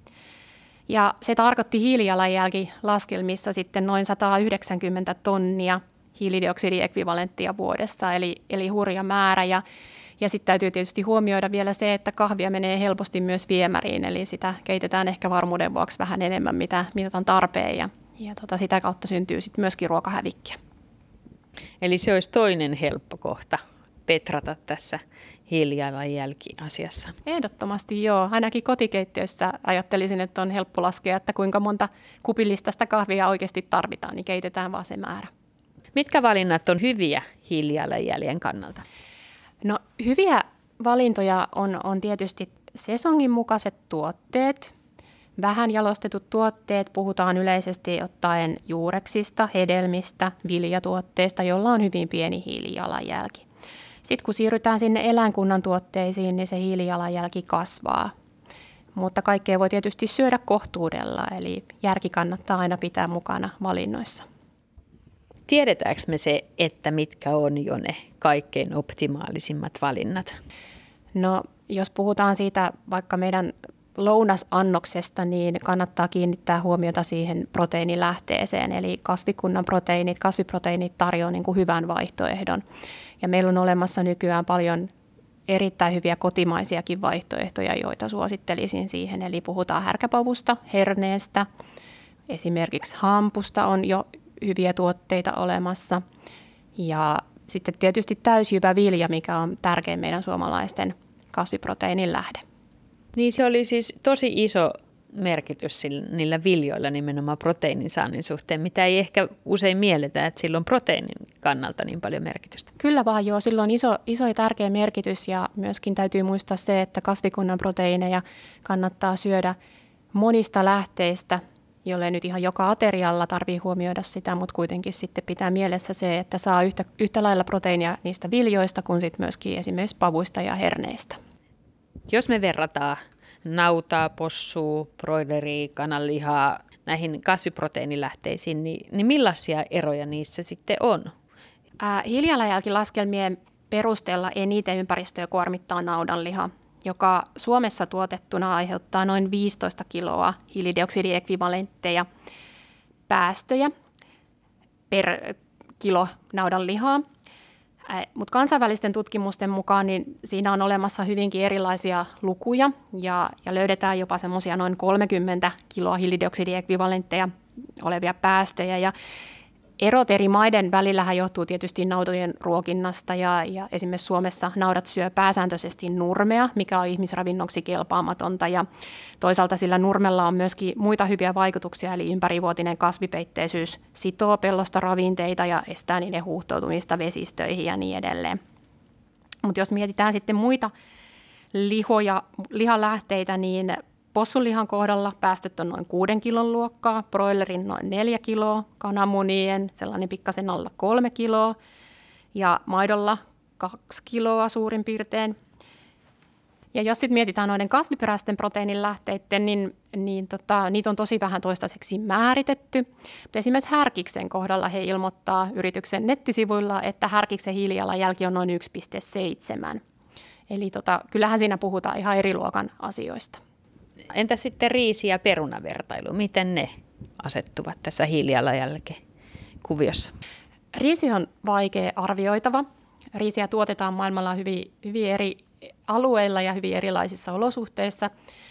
Ja se tarkoitti hiilijalanjälkilaskelmissa sitten noin sata yhdeksänkymmentä tonnia hiilidioksidiekvivalenttia vuodessa, eli, eli hurja määrä. Ja, ja sitten täytyy tietysti huomioida vielä se, että kahvia menee helposti myös viemäriin, eli sitä keitetään ehkä varmuuden vuoksi vähän enemmän, mitä, mitä on tarpeen, ja, ja tota, sitä kautta syntyy sitten myöskin ruokahävikkiä. Eli se olisi toinen helppo kohta petrata tässä hiilijalanjälki-asiassa. Ehdottomasti joo. Ainakin kotikeittiössä ajattelisin, että on helppo laskea, että kuinka monta kupillista sitä kahvia oikeasti tarvitaan, niin keitetään vaan se määrä. Mitkä valinnat on hyviä hiilijalanjäljen kannalta? No hyviä valintoja on, on tietysti sesongin mukaiset tuotteet. Vähän jalostetut tuotteet, puhutaan yleisesti ottaen juureksista, hedelmistä, viljatuotteista, jolla on hyvin pieni hiilijalanjälki. Sitten kun siirrytään sinne eläinkunnan tuotteisiin, niin se hiilijalanjälki kasvaa. Mutta kaikkea voi tietysti syödä kohtuudella, eli järki kannattaa aina pitää mukana valinnoissa. Tiedetäänkö me se, että mitkä on jo ne kaikkein optimaalisimmat valinnat? No jos puhutaan siitä vaikka meidän lounasannoksesta, niin kannattaa kiinnittää huomiota siihen proteiinilähteeseen, eli kasvikunnan proteiinit. Kasviproteiinit tarjoaa niin kuin hyvän vaihtoehdon. Ja meillä on olemassa nykyään paljon erittäin hyviä kotimaisiakin vaihtoehtoja, joita suosittelisin siihen. Eli puhutaan härkäpavusta, herneestä, esimerkiksi hampusta on jo hyviä tuotteita olemassa. Ja sitten tietysti täysjyvä vilja, mikä on tärkein meidän suomalaisten kasviproteiinin lähde. Niin se oli siis tosi iso merkitys niillä viljoilla nimenomaan proteiinin saannin suhteen, mitä ei ehkä usein mielletä, että sillä on proteiinin kannalta niin paljon merkitystä. Kyllä vaan joo, sillä on iso, iso ja tärkeä merkitys ja myöskin täytyy muistaa se, että kasvikunnan proteiineja kannattaa syödä monista lähteistä, jolle nyt ihan joka aterialla tarvii huomioida sitä, mutta kuitenkin sitten pitää mielessä se, että saa yhtä, yhtä lailla proteiinia niistä viljoista kuin sitten myöskin esimerkiksi pavuista ja herneistä. Jos me verrataan nautaa, possua, broileria, kananlihaa näihin kasviproteiinilähteisiin, niin, niin millaisia eroja niissä sitten on? Ää, hiilijalanjälkilaskelmien perusteella eniten ympäristöä kuormittaa naudanliha, joka Suomessa tuotettuna aiheuttaa noin viisitoista kiloa hiilidioksidiekvivalentteja päästöjä per kilo naudanlihaa. Mutta kansainvälisten tutkimusten mukaan niin siinä on olemassa hyvinkin erilaisia lukuja ja, ja löydetään jopa semmoisia noin kolmekymmentä kiloa hiilidioksidiekvivalentteja olevia päästöjä. Ja erot eri maiden välillähän johtuu tietysti nautojen ruokinnasta ja, ja esimerkiksi Suomessa naudat syö pääsääntöisesti nurmea, mikä on ihmisravinnoksi kelpaamatonta ja toisaalta sillä nurmella on myöskin muita hyviä vaikutuksia, eli ympärivuotinen kasvipeitteisyys sitoo pellosta ravinteita ja estää niiden huuhtoutumista vesistöihin ja niin edelleen. Mutta jos mietitään sitten muita lihoja, lihalähteitä, niin possunlihan kohdalla päästöt on noin kuuden kilon luokkaa, broilerin noin neljä kiloa, kananmunien sellainen pikkasen alla kolme kiloa ja maidolla kaksi kiloa suurin piirtein. Ja jos sitten mietitään noiden kasviperäisten proteiinilähteiden, niin, niin tota, niitä on tosi vähän toistaiseksi määritetty. Mutta esimerkiksi härkiksen kohdalla he ilmoittaa yrityksen nettisivuilla, että härkiksen hiilijalanjälki on noin yksi pilkku seitsemän. Eli tota, kyllähän siinä puhutaan ihan eri luokan asioista. Entä sitten riisi- ja perunavertailu? Miten ne asettuvat tässä hiilijalanjälkikuviossa? Riisi on vaikea arvioitava. Riisiä tuotetaan maailmalla hyvin, hyvin eri alueilla ja hyvin erilaisissa olosuhteissa.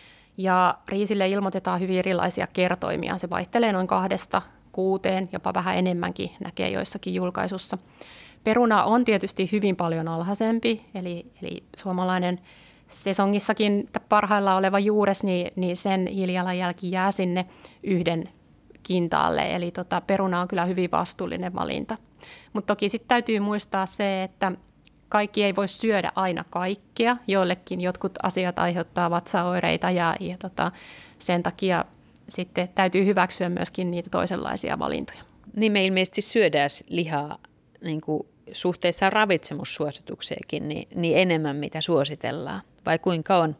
Ja riisille ilmoitetaan hyvin erilaisia kertoimia. Se vaihtelee noin kahdesta kuuteen, jopa vähän enemmänkin näkee joissakin julkaisussa. Peruna on tietysti hyvin paljon alhaisempi, eli, eli suomalainen sesongissakin parhaillaan oleva juures, niin, niin sen hiilijalanjälki jää sinne yhden kintaalle. Eli tota, peruna on kyllä hyvin vastuullinen valinta. Mutta toki sitten täytyy muistaa se, että kaikki ei voi syödä aina kaikkea. Joillekin jotkut asiat aiheuttaa vatsaoireita ja, ja tota, sen takia sitten täytyy hyväksyä myöskin niitä toisenlaisia valintoja. Niin me ilmeisesti syödään lihaa niin kuin suhteessa ravitsemussuositukseenkin niin, niin enemmän, mitä suositellaan. Vai kuinka on,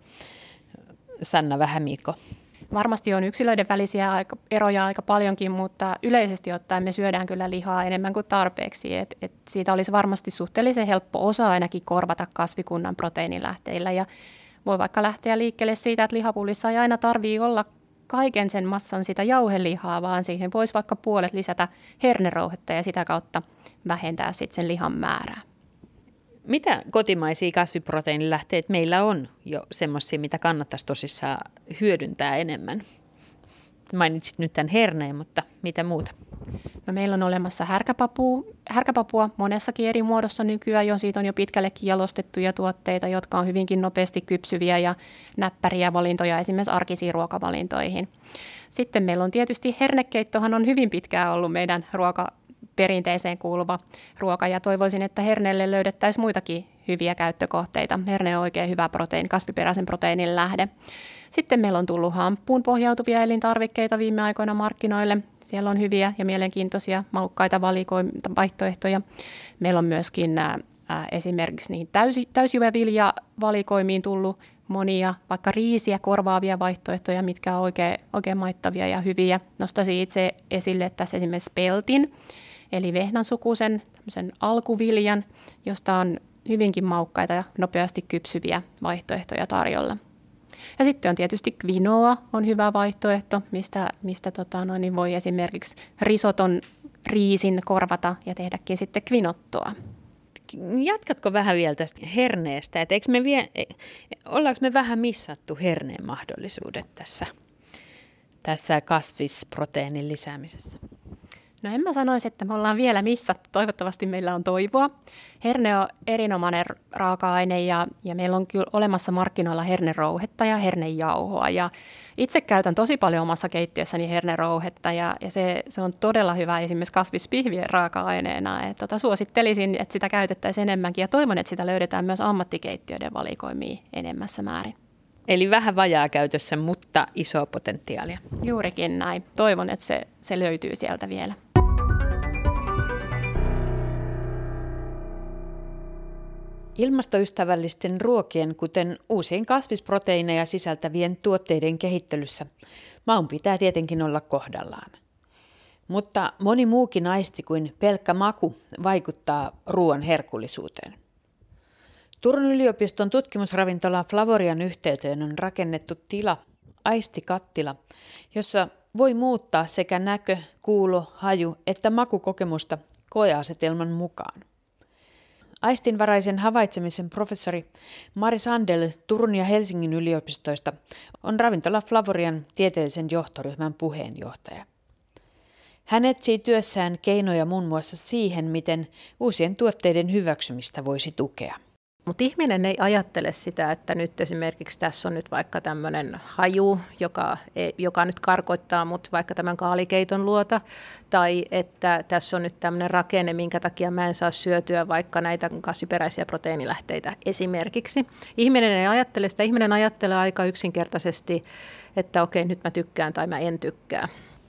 Sanna Vähämiko? Varmasti on yksilöiden välisiä aika, eroja aika paljonkin, mutta yleisesti ottaen me syödään kyllä lihaa enemmän kuin tarpeeksi. Et, et siitä olisi varmasti suhteellisen helppo osa ainakin korvata kasvikunnan proteiinilähteillä. Ja voi vaikka lähteä liikkeelle siitä, että lihapullissa ei aina tarvitse olla kaiken sen massan sitä jauhelihaa, vaan siihen voisi vaikka puolet lisätä hernerouhetta ja sitä kautta vähentää sitten sen lihan määrää. Mitä kotimaisia kasviproteiinilähteitä meillä on jo semmoisia, mitä kannattaisi tosissaan hyödyntää enemmän? Mainitsit nyt tämän herneen, mutta mitä muuta? No meillä on olemassa härkäpapua, härkäpapua monessakin eri muodossa nykyään, jo siitä on jo pitkällekin jalostettuja tuotteita, jotka on hyvinkin nopeasti kypsyviä ja näppäriä valintoja esimerkiksi arkisiin ruokavalintoihin. Sitten meillä on tietysti hernekeittohan on hyvin pitkään ollut meidän ruoka perinteeseen kuuluva ruoka ja toivoisin, että herneelle löydettäisiin muitakin hyviä käyttökohteita. Herne on oikein hyvä proteiini, kasviperäisen proteiinin lähde. Sitten meillä on tullut hamppuun pohjautuvia elintarvikkeita viime aikoina markkinoille. Siellä on hyviä ja mielenkiintoisia maukkaita vaihtoehtoja. Meillä on myöskin ää, esimerkiksi niihin täysi, täysjyväviljavalikoimiin tullut monia, vaikka riisiä korvaavia vaihtoehtoja, mitkä on oikein, oikein maittavia ja hyviä. Nostaisin itse esille tässä esimerkiksi peltin, eli vehnänsukuisen tämmöisen alkuviljan, josta on hyvinkin maukkaita ja nopeasti kypsyviä vaihtoehtoja tarjolla. Ja sitten on tietysti quinoa, on hyvä vaihtoehto, mistä, mistä tota, no, niin voi esimerkiksi risoton riisin korvata ja tehdäkin sitten quinottoa. Jatkatko vähän vielä tästä herneestä? Et eikö me vie, ollaanko me vähän missattu herneen mahdollisuudet tässä, tässä kasvisproteiinin lisäämisessä? No en mä sanoisi, että me ollaan vielä missattu. Toivottavasti meillä on toivoa. Herne on erinomainen raaka-aine ja, ja meillä on kyllä olemassa markkinoilla hernerouhetta ja hernejauhoa. Ja itse käytän tosi paljon omassa keittiössäni hernerouhetta ja, ja se, se on todella hyvä esimerkiksi kasvispihvien raaka-aineena. Et, tota, suosittelisin, että sitä käytettäisiin enemmänkin ja toivon, että sitä löydetään myös ammattikeittiöiden valikoimiin enemmässä määrin. Eli vähän vajaa käytössä, mutta isoa potentiaalia. Juurikin näin. Toivon, että se, se löytyy sieltä vielä. Ilmastoystävällisten ruokien, kuten uusien kasvisproteiineja sisältävien tuotteiden kehittelyssä, maun pitää tietenkin olla kohdallaan. Mutta moni muukin aisti kuin pelkkä maku vaikuttaa ruoan herkullisuuteen. Turun yliopiston tutkimusravintola Flavorian yhteyteen on rakennettu tila, aistikattila, jossa voi muuttaa sekä näkö, kuulo, haju että makukokemusta koeasetelman mukaan. Aistinvaraisen havaitsemisen professori Mari Sandel Turun ja Helsingin yliopistoista on ravintola Flavorian tieteellisen johtoryhmän puheenjohtaja. Hän etsii työssään keinoja muun muassa siihen, miten uusien tuotteiden hyväksymistä voisi tukea. Mutta ihminen ei ajattele sitä, että nyt esimerkiksi tässä on nyt vaikka tämmöinen haju, joka, joka nyt karkoittaa mut vaikka tämän kaalikeiton luota, tai että tässä on nyt tämmöinen rakenne, minkä takia mä en saa syötyä vaikka näitä kasviperäisiä proteiinilähteitä esimerkiksi. Ihminen ei ajattele sitä, ihminen ajattelee aika yksinkertaisesti, että okei, nyt mä tykkään tai mä en tykkää.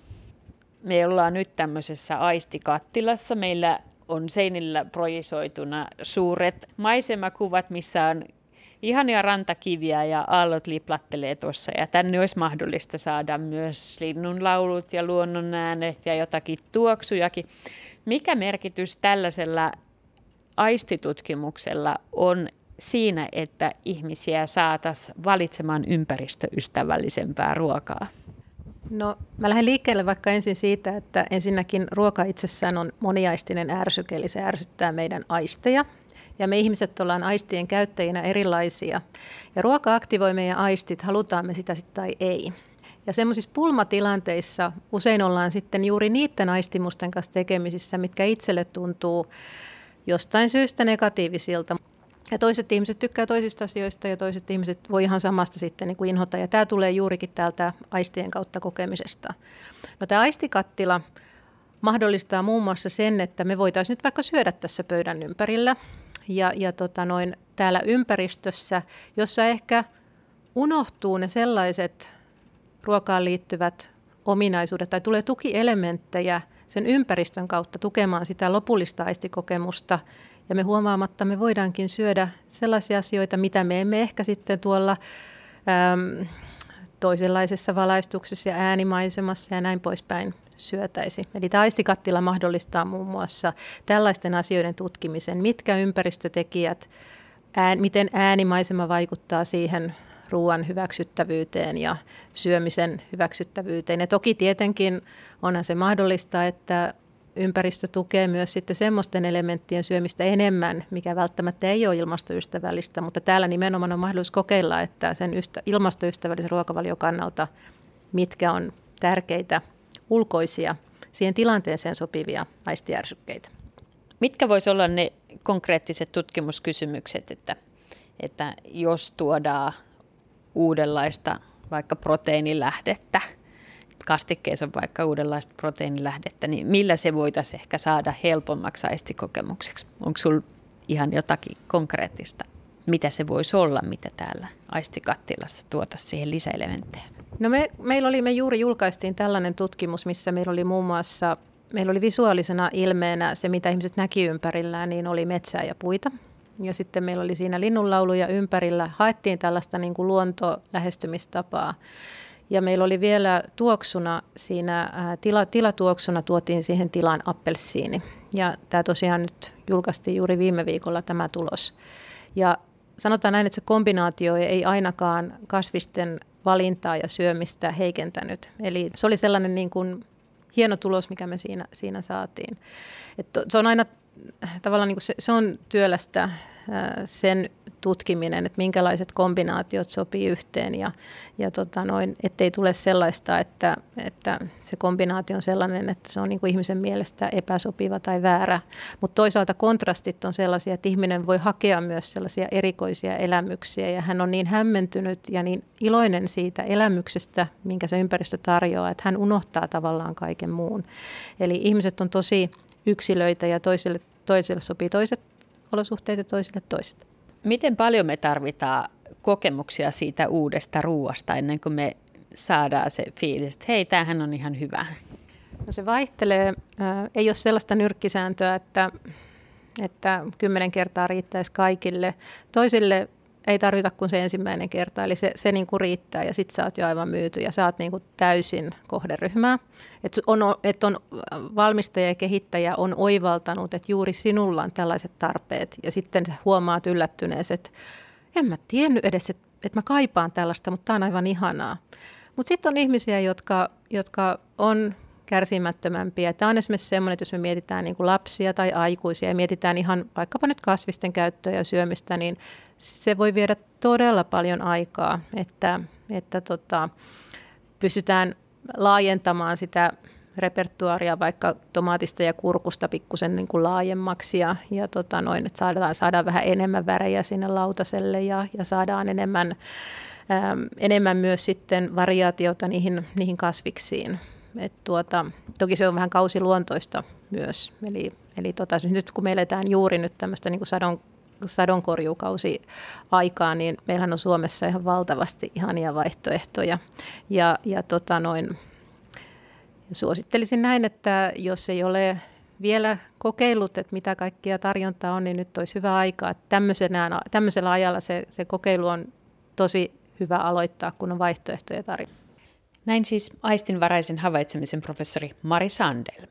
Me ollaan nyt tämmöisessä aistikattilassa. Meillä on seinillä projisoituna suuret maisemakuvat, missä on ihania rantakiviä ja aallot liplattelee tuossa. Ja tänne olisi mahdollista saada myös linnunlaulut ja luonnon äänet ja jotakin tuoksujakin. Mikä merkitys tällaisella aistitutkimuksella on siinä, että ihmisiä saataisiin valitsemaan ympäristöystävällisempää ruokaa? No, mä lähden liikkeelle vaikka ensin siitä, että ensinnäkin ruoka itsessään on moniaistinen ärsyke, eli se ärsyttää meidän aisteja. Ja me ihmiset ollaan aistien käyttäjinä erilaisia. Ja ruoka aktivoi meidän aistit, halutaan me sitä sitten tai ei. Ja semmoisissa pulmatilanteissa usein ollaan sitten juuri niiden aistimusten kanssa tekemisissä, mitkä itselle tuntuu jostain syystä negatiivisilta. Ja toiset ihmiset tykkää toisista asioista ja toiset ihmiset voi ihan samasta sitten niin kuin inhota. Ja tämä tulee juurikin täältä aistien kautta kokemisesta. No, tämä aistikattila mahdollistaa muun muassa sen, että me voitaisiin nyt vaikka syödä tässä pöydän ympärillä. Ja, ja tota noin, täällä ympäristössä, jossa ehkä unohtuu ne sellaiset ruokaan liittyvät ominaisuudet tai tulee tukielementtejä sen ympäristön kautta tukemaan sitä lopullista aistikokemusta. Ja me huomaamatta me voidaankin syödä sellaisia asioita, mitä me emme ehkä sitten tuolla äm, toisenlaisessa valaistuksessa ja äänimaisemassa ja näin poispäin syötäisi. Eli tämä aistikattila mahdollistaa muun muassa tällaisten asioiden tutkimisen, mitkä ympäristötekijät, ään, miten äänimaisema vaikuttaa siihen ruoan hyväksyttävyyteen ja syömisen hyväksyttävyyteen. Ja toki tietenkin onhan se mahdollista, että ympäristö tukee myös sitten semmoisten elementtien syömistä enemmän, mikä välttämättä ei ole ilmastoystävällistä, mutta täällä nimenomaan on mahdollisuus kokeilla, että sen ystä, ilmastoystävällisen ruokavalion kannalta, mitkä on tärkeitä ulkoisia, siihen tilanteeseen sopivia aistiärsykkeitä. Mitkä voisi olla ne konkreettiset tutkimuskysymykset, että, että jos tuodaan uudenlaista vaikka proteiinilähdettä, kastikkeessa on vaikka uudenlaista proteiinilähdettä, niin millä se voitaisiin ehkä saada helpommaksi aistikokemukseksi? Onko sinulla ihan jotakin konkreettista, mitä se voisi olla, mitä täällä aistikattilassa tuotaisiin siihen lisäelementtejä? No me, meillä oli, me juuri julkaistiin tällainen tutkimus, missä meillä oli muun muassa, meillä oli visuaalisena ilmeenä se, mitä ihmiset näki ympärillään, niin oli metsää ja puita. Ja sitten meillä oli siinä linnunlauluja ympärillä, haettiin tällaista niin kuin luontolähestymistapaa. Ja meillä oli vielä tuoksuna siinä, ää, tila, tilatuoksuna tuotiin siihen tilaan appelsiini. Ja tämä tosiaan nyt julkaistiin juuri viime viikolla tämä tulos. Ja sanotaan näin, että se kombinaatio ei ainakaan kasvisten valintaa ja syömistä heikentänyt. Eli se oli sellainen niin kuin hieno tulos, mikä me siinä, siinä saatiin. Et se on aina tavallaan niin kuin se, se on työlästä ää, sen tutkiminen, että minkälaiset kombinaatiot sopii yhteen ja, ja tota noin, ettei tule sellaista, että, että se kombinaatio on sellainen, että se on niin kuin ihmisen mielestä epäsopiva tai väärä. Mutta toisaalta kontrastit on sellaisia, että ihminen voi hakea myös sellaisia erikoisia elämyksiä ja hän on niin hämmentynyt ja niin iloinen siitä elämyksestä, minkä se ympäristö tarjoaa, että hän unohtaa tavallaan kaiken muun. Eli ihmiset on tosi yksilöitä ja toisille, toisille sopii toiset olosuhteet ja toisille toiset. Miten paljon me tarvitaan kokemuksia siitä uudesta ruuasta ennen kuin me saadaan se fiilis, että hei, tämähän on ihan hyvä? No se vaihtelee. Äh, ei ole sellaista nyrkkisääntöä, että, että kymmenen kertaa riittäisi kaikille. Toisille ei tarvita kuin se ensimmäinen kerta, eli se, se niin kuin riittää ja sitten sä oot jo aivan myyty ja sä oot niin kuin täysin kohderyhmää. Että on, et on valmistaja ja kehittäjä on oivaltanut, että juuri sinulla on tällaiset tarpeet ja sitten sä huomaat yllättyneesi, että en mä tiennyt edes, että, että mä kaipaan tällaista, mutta tää on aivan ihanaa. Mutta sitten on ihmisiä, jotka, jotka on kärsimättömämpiä. Tämä on esimerkiksi semmoinen, että jos me mietitään niin kuin lapsia tai aikuisia ja mietitään ihan vaikkapa nyt kasvisten käyttöä ja syömistä, niin se voi viedä todella paljon aikaa, että, että tota, pystytään laajentamaan sitä repertuaaria vaikka tomaatista ja kurkusta pikkusen niin kuin laajemmaksi ja, ja tota noin, että saadaan, saadaan vähän enemmän värejä sinne lautaselle ja, ja saadaan enemmän, äm, enemmän myös sitten variaatiota niihin, niihin kasviksiin. Et tuota, toki se on vähän kausiluontoista myös, eli, eli tota, nyt kun me eletään juuri nyt tämmöistä niin kuin sadon, sadonkorjuukausi-aikaa, niin meillähän on Suomessa ihan valtavasti ihania vaihtoehtoja. Ja, ja tota noin, suosittelisin näin, että jos ei ole vielä kokeillut, että mitä kaikkia tarjontaa on, niin nyt olisi hyvä aika. Että tämmöisellä ajalla se, se kokeilu on tosi hyvä aloittaa, kun on vaihtoehtoja tarjolla. Näin siis aistinvaraisen havaitsemisen professori Mari Sandel.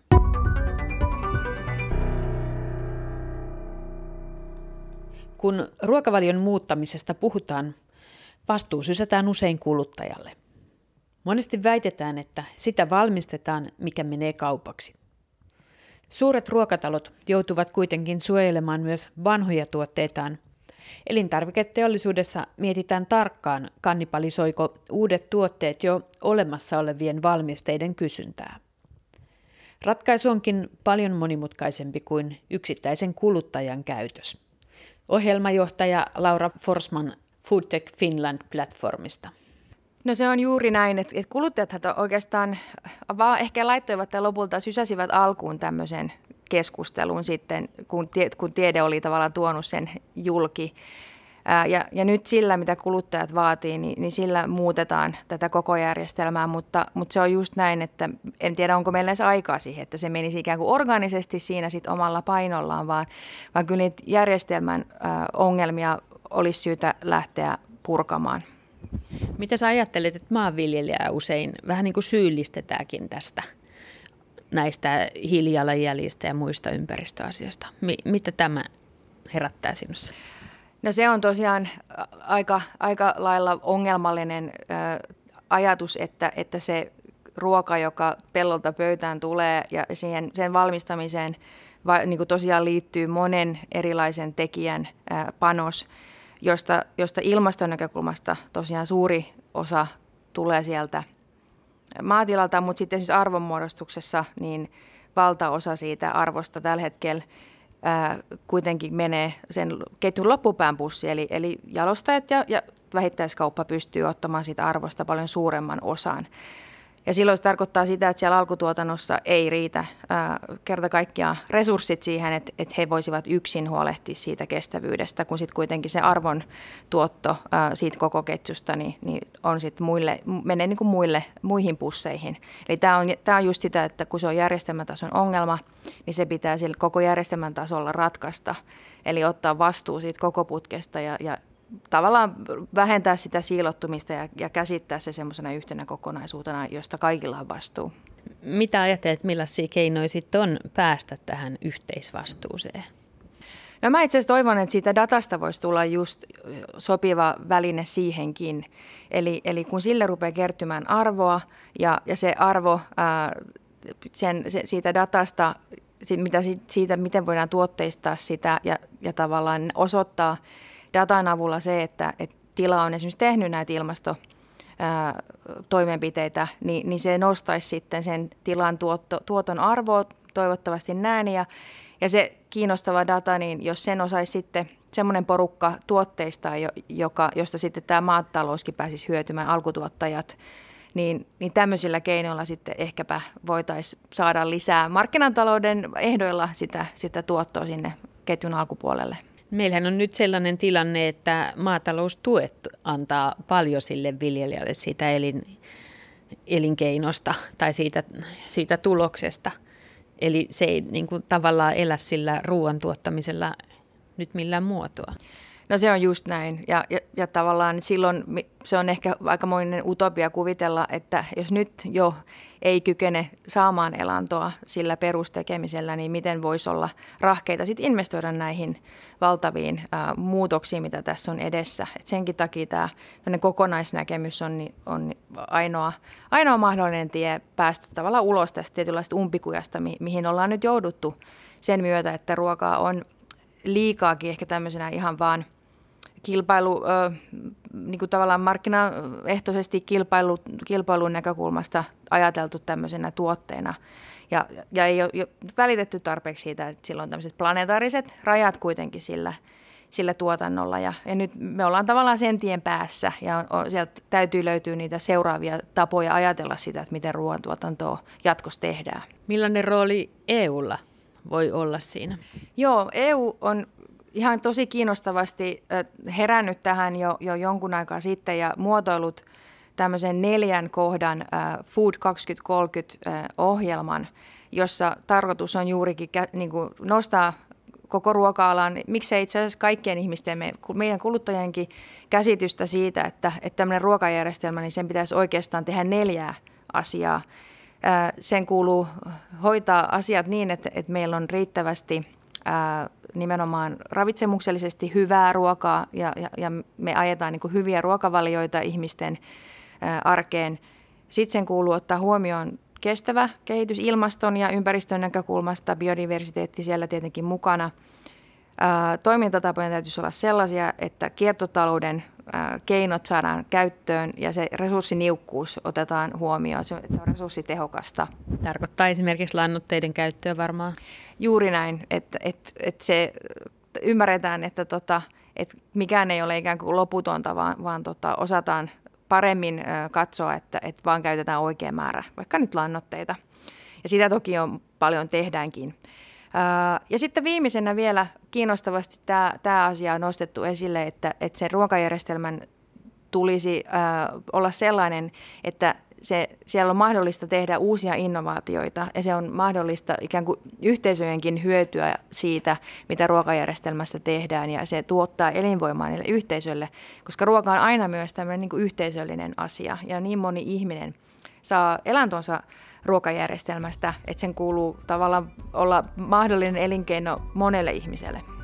Kun ruokavalion muuttamisesta puhutaan, vastuu sysätään usein kuluttajalle. Monesti väitetään, että sitä valmistetaan, mikä menee kaupaksi. Suuret ruokatalot joutuvat kuitenkin suojelemaan myös vanhoja tuotteitaan. Elintarviketeollisuudessa mietitään tarkkaan, kannibalisoiko uudet tuotteet jo olemassa olevien valmisteiden kysyntää. Ratkaisu onkin paljon monimutkaisempi kuin yksittäisen kuluttajan käytös. Ohjelmajohtaja Laura Forsman Foodtech Finland-platformista. No se on juuri näin, että kuluttajat oikeastaan vaan ehkä laittoivat tai lopulta sysäsivät alkuun tämmöisen keskustelun sitten, kun, tie, kun tiede oli tavallaan tuonut sen julki. Ää, ja, ja nyt sillä, mitä kuluttajat vaatii, niin, niin sillä muutetaan tätä koko järjestelmää, mutta, mutta se on just näin, että en tiedä, onko meillä edes aikaa siihen, että se menisi ikään kuin organisesti siinä sit omalla painollaan, vaan, vaan kyllä niitä järjestelmän ää, ongelmia olisi syytä lähteä purkamaan. Mitä sä ajattelet, että maanviljelijää usein vähän niin kuin syyllistetäänkin tästä näistä hiilijalanjäljistä ja muista ympäristöasioista? Mi- mitä tämä herättää sinussa? No se on tosiaan aika, aika lailla ongelmallinen ä, ajatus, että, että se ruoka, joka pellolta pöytään tulee ja siihen, sen valmistamiseen va, niin kuin tosiaan liittyy monen erilaisen tekijän ä, panos, josta, josta ilmaston näkökulmasta tosiaan suuri osa tulee sieltä maatilalta, mutta sitten siis arvonmuodostuksessa niin valtaosa siitä arvosta tällä hetkellä ää, kuitenkin menee sen ketjun loppupään pussiin, eli, eli jalostajat ja, ja vähittäiskauppa pystyy ottamaan siitä arvosta paljon suuremman osan. Ja silloin se tarkoittaa sitä, että siellä alkutuotannossa ei riitä ää, kerta kaikkiaan resurssit siihen, että, että he voisivat yksin huolehtia siitä kestävyydestä, kun sitten kuitenkin se arvon tuotto ää, siitä koko ketjusta niin, niin on sit muille, menee niin kuin muille, muihin pusseihin. Eli tämä on, tämä on just sitä, että kun se on järjestelmätason ongelma, niin se pitää sillä koko järjestelmän tasolla ratkaista. Eli ottaa vastuu siitä koko putkesta ja, ja tavallaan vähentää sitä siilottumista ja, ja käsittää se semmoisena yhtenä kokonaisuutena, josta kaikilla on vastuu. Mitä ajattelet, millaisia keinoja sitten on päästä tähän yhteisvastuuseen? No mä itse asiassa toivon, että siitä datasta voisi tulla just sopiva väline siihenkin. Eli, eli kun sille rupeaa kertymään arvoa ja, ja se arvo ää, sen, se, siitä datasta, mitä, siitä, miten voidaan tuotteistaa sitä ja, ja tavallaan osoittaa datan avulla se, että, että tila on esimerkiksi tehnyt näitä ilmastotoimenpiteitä, niin, niin se nostaisi sitten sen tilan tuotto, tuoton arvoa toivottavasti näin. Ja, ja se kiinnostava data, niin jos sen osaisi sitten semmoinen porukka tuotteista, joka, josta sitten tämä maatalouskin pääsisi hyötymään, alkutuottajat, niin, niin tämmöisillä keinoilla sitten ehkäpä voitaisiin saada lisää markkinatalouden ehdoilla sitä, sitä tuottoa sinne ketjun alkupuolelle. Meillähän on nyt sellainen tilanne, että maataloustuet antaa paljon sille viljelijälle siitä elin, elinkeinosta tai siitä, siitä tuloksesta. Eli se ei niin kuin tavallaan elä sillä ruoan tuottamisella nyt millään muotoa. No se on just näin ja, ja, ja tavallaan silloin se on ehkä aikamoinen utopia kuvitella, että jos nyt jo ei kykene saamaan elantoa sillä perustekemisellä, niin miten voisi olla rahkeita sit investoida näihin valtaviin ää, muutoksiin, mitä tässä on edessä. Et senkin takia tämä kokonaisnäkemys on, on ainoa, ainoa mahdollinen tie päästä tavallaan ulos tästä tietynlaista umpikujasta, mi, mihin ollaan nyt jouduttu sen myötä, että ruokaa on liikaakin ehkä tämmöisenä ihan vaan kilpailu, äh, niin kuin tavallaan markkinaehtoisesti kilpailu, kilpailun näkökulmasta ajateltu tämmöisenä tuotteena. Ja, ja ei ole välitetty tarpeeksi siitä, että sillä on tämmöiset planetaariset rajat kuitenkin sillä, sillä tuotannolla. Ja, ja nyt me ollaan tavallaan sen tien päässä ja on, on, sieltä täytyy löytyä niitä seuraavia tapoja ajatella sitä, että miten ruoantuotantoa jatkossa tehdään. Millainen rooli E U:lla voi olla siinä? Joo, E U on ihan tosi kiinnostavasti herännyt tähän jo, jo jonkun aikaa sitten ja muotoillut tämmöisen neljän kohdan Food kaksituhattakolmekymmentä-ohjelman, jossa tarkoitus on juurikin niin kuin nostaa koko ruoka-alan, miksei itse asiassa kaikkien ihmisten, meidän kuluttajienkin käsitystä siitä, että, että tämmöinen ruokajärjestelmä, niin sen pitäisi oikeastaan tehdä neljää asiaa. Sen kuuluu hoitaa asiat niin, että, että meillä on riittävästi ää, nimenomaan ravitsemuksellisesti hyvää ruokaa ja, ja, ja me ajetaan niin kuin hyviä ruokavalioita ihmisten ää, arkeen. Sitten sen kuuluu ottaa huomioon kestävä kehitys ilmaston ja ympäristön näkökulmasta, biodiversiteetti siellä tietenkin mukana. Ää, toimintatapojen täytyisi olla sellaisia, että kiertotalouden ää, keinot saadaan käyttöön ja se resurssiniukkuus otetaan huomioon, se, se on resurssitehokasta. Tarkoittaa esimerkiksi lannoitteiden käyttöä varmaan. Juuri näin, että, että, että se ymmärretään, että, tota, että mikään ei ole ikään kuin loputonta, vaan, vaan tota, osataan paremmin katsoa, että, että vaan käytetään oikea määrä, vaikka nyt lannoitteita. Ja sitä toki on paljon tehdäänkin. Ja sitten viimeisenä vielä kiinnostavasti tämä, tämä asia on nostettu esille, että, että sen ruokajärjestelmän tulisi olla sellainen, että se, siellä on mahdollista tehdä uusia innovaatioita ja se on mahdollista ikään kuin yhteisöjenkin hyötyä siitä, mitä ruokajärjestelmässä tehdään ja se tuottaa elinvoimaa niille yhteisöille, koska ruoka on aina myös tämmöinen niin kuin yhteisöllinen asia ja niin moni ihminen saa elantonsa ruokajärjestelmästä, että sen kuuluu tavallaan olla mahdollinen elinkeino monelle ihmiselle.